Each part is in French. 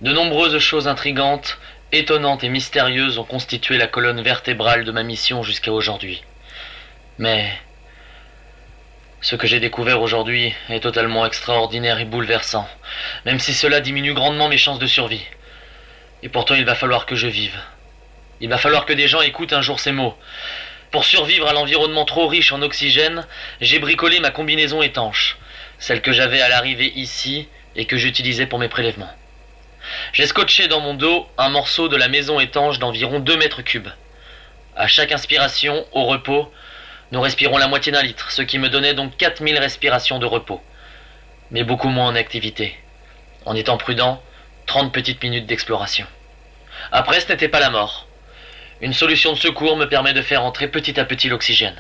De nombreuses choses intrigantes, étonnantes et mystérieuses ont constitué la colonne vertébrale de ma mission jusqu'à aujourd'hui. Mais ce que j'ai découvert aujourd'hui est totalement extraordinaire et bouleversant, même si cela diminue grandement mes chances de survie. Et pourtant il va falloir que je vive. Il va falloir que des gens écoutent un jour ces mots. Pour survivre à l'environnement trop riche en oxygène, j'ai bricolé ma combinaison étanche, celle que j'avais à l'arrivée ici et que j'utilisais pour mes prélèvements. J'ai scotché dans mon dos un morceau de la maison étanche d'environ 2 mètres cubes. À chaque inspiration, au repos, nous respirons la moitié d'un litre, ce qui me donnait donc 4000 respirations de repos. Mais beaucoup moins en activité. En étant prudent, 30 petites minutes d'exploration. Après, ce n'était pas la mort. Une solution de secours me permet de faire entrer petit à petit l'oxygène.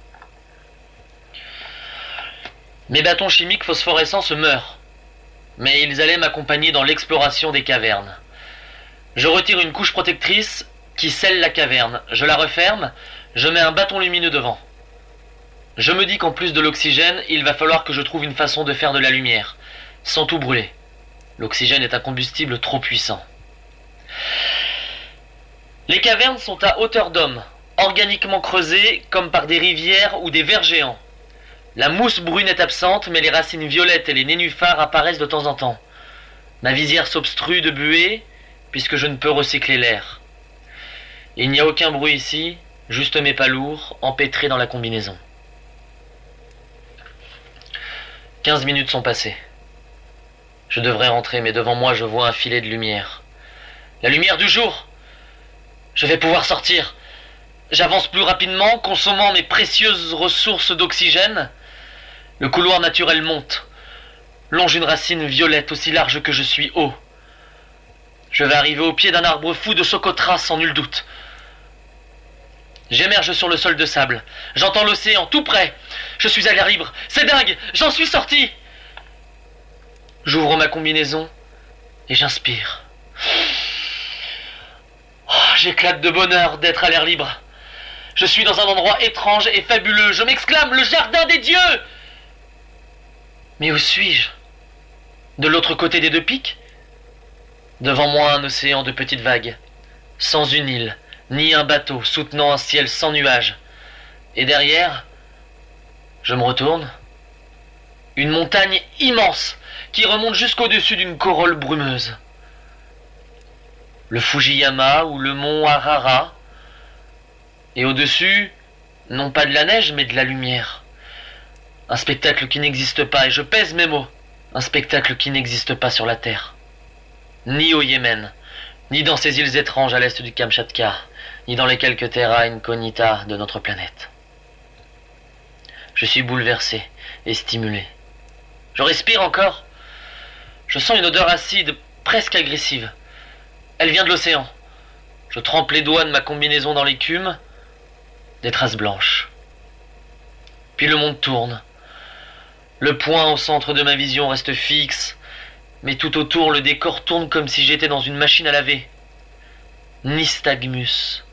Mes bâtons chimiques phosphorescents se meurent, mais ils allaient m'accompagner dans l'exploration des cavernes. Je retire une couche protectrice qui scelle la caverne. Je la referme, je mets un bâton lumineux devant. Je me dis qu'en plus de l'oxygène, il va falloir que je trouve une façon de faire de la lumière, sans tout brûler. L'oxygène est un combustible trop puissant. Les cavernes sont à hauteur d'homme, organiquement creusées comme par des rivières ou des vers géants. La mousse brune est absente, mais les racines violettes et les nénuphars apparaissent de temps en temps. Ma visière s'obstrue de buée, puisque je ne peux recycler l'air. Il n'y a aucun bruit ici, juste mes pas lourds, empêtrés dans la combinaison. 15 minutes sont passées. Je devrais rentrer, mais devant moi je vois un filet de lumière. La lumière du jour! Je vais pouvoir sortir. J'avance plus rapidement, consommant mes précieuses ressources d'oxygène. Le couloir naturel monte, longe une racine violette aussi large que je suis haut. Je vais arriver au pied d'un arbre fou de Socotra sans nul doute. J'émerge sur le sol de sable. J'entends l'océan tout près. Je suis à l'air libre. C'est dingue, j'en suis sorti. J'ouvre ma combinaison et j'inspire. J'éclate de bonheur d'être à l'air libre. Je suis dans un endroit étrange et fabuleux. Je m'exclame, le jardin des dieux! Mais où suis-je? De l'autre côté des 2 pics? Devant moi un océan de petites vagues, sans une île, ni un bateau soutenant un ciel sans nuages. Et derrière, je me retourne. Une montagne immense qui remonte jusqu'au-dessus d'une corolle brumeuse. Le Fujiyama ou le mont Harara. Et au-dessus, non pas de la neige, mais de la lumière. Un spectacle qui n'existe pas, et je pèse mes mots. Un spectacle qui n'existe pas sur la Terre. Ni au Yémen, ni dans ces îles étranges à l'est du Kamchatka, ni dans les quelques terra incognita de notre planète. Je suis bouleversé et stimulé. Je respire encore. Je sens une odeur acide, presque agressive. Elle vient de l'océan. Je trempe les doigts de ma combinaison dans l'écume. Des traces blanches. Puis le monde tourne. Le point au centre de ma vision reste fixe, mais tout autour le décor tourne comme si j'étais dans une machine à laver. Nystagmus.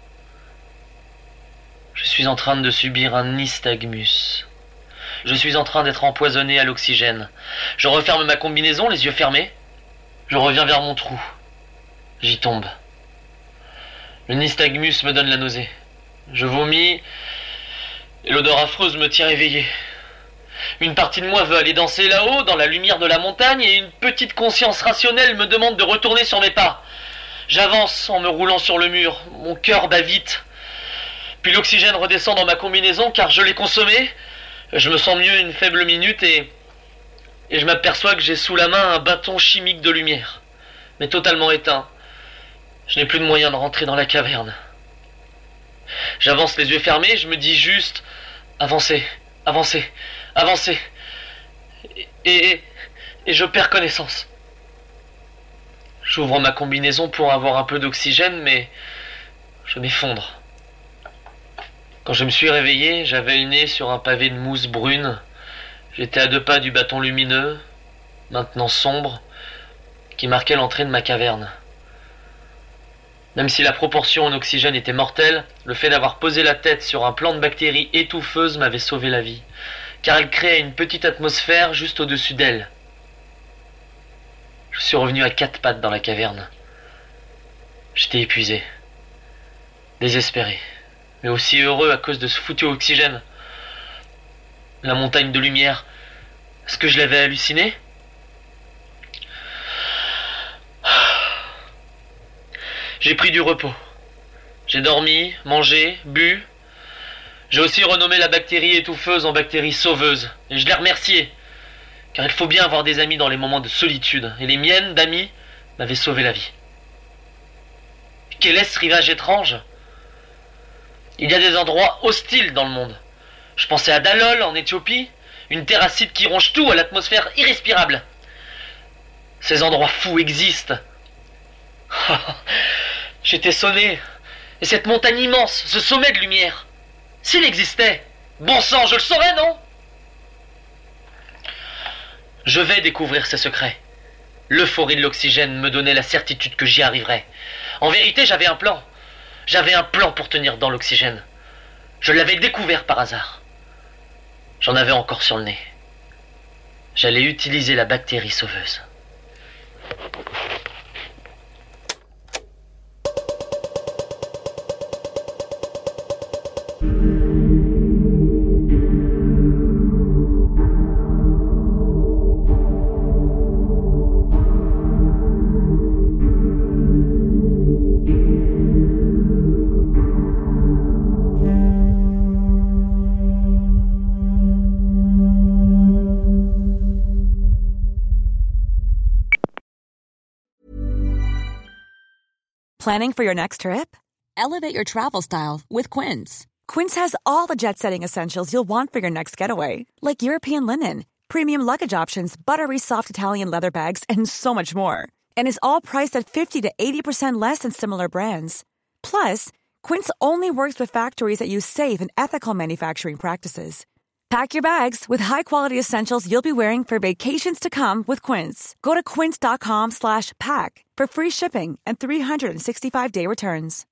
Je suis en train de subir un nystagmus. Je suis en train d'être empoisonné à l'oxygène. Je referme ma combinaison, les yeux fermés. Je reviens vers mon trou. J'y tombe. Le nystagmus me donne la nausée. Je vomis et l'odeur affreuse me tient éveillé. Une partie de moi veut aller danser là-haut, dans la lumière de la montagne, et une petite conscience rationnelle me demande de retourner sur mes pas. J'avance en me roulant sur le mur. Mon cœur bat vite. Puis l'oxygène redescend dans ma combinaison car je l'ai consommé. Je me sens mieux une faible minute et je m'aperçois que j'ai sous la main un bâton chimique de lumière, mais totalement éteint. Je n'ai plus de moyen de rentrer dans la caverne. J'avance les yeux fermés, je me dis juste « Avancez, avancez, avancez » et je perds connaissance. J'ouvre ma combinaison pour avoir un peu d'oxygène, mais je m'effondre. Quand je me suis réveillé, j'avais le nez sur un pavé de mousse brune. J'étais à 2 pas du bâton lumineux, maintenant sombre, qui marquait l'entrée de ma caverne. Même si la proportion en oxygène était mortelle, le fait d'avoir posé la tête sur un plant de bactéries étouffeuses m'avait sauvé la vie, car elle créait une petite atmosphère juste au-dessus d'elle. Je Je suis revenu à 4 pattes dans la caverne. J'étais épuisé, désespéré, mais aussi heureux à cause de ce foutu oxygène. La montagne de lumière, est-ce que je l'avais halluciné? J'ai pris du repos. J'ai dormi, mangé, bu. J'ai aussi renommé la bactérie étouffeuse en bactérie sauveuse. Et je l'ai remerciée. Car il faut bien avoir des amis dans les moments de solitude. Et les miennes d'amis m'avaient sauvé la vie. Quel est ce rivage étrange? Il y a des endroits hostiles dans le monde. Je pensais à Dalol en Éthiopie, une terre acide qui ronge tout à l'atmosphère irrespirable. Ces endroits fous existent. J'étais sonné. Et cette montagne immense, ce sommet de lumière, s'il existait, bon sang, je le saurais, non? Je vais découvrir ces secrets. L'euphorie de l'oxygène me donnait la certitude que j'y arriverais. En vérité, j'avais un plan. J'avais un plan pour tenir dans l'oxygène. Je l'avais découvert par hasard. J'en avais encore sur le nez. J'allais utiliser la bactérie sauveuse. Planning for your next trip? Elevate your travel style with Quince. Quince has all the jet-setting essentials you'll want for your next getaway, like European linen, premium luggage options, buttery soft Italian leather bags, and so much more. And is all priced at 50 to 80% less than similar brands. Plus, Quince only works with factories that use safe and ethical manufacturing practices. Pack your bags with high-quality essentials you'll be wearing for vacations to come with Quince. Go to quince.com/pack for free shipping and 365-day returns.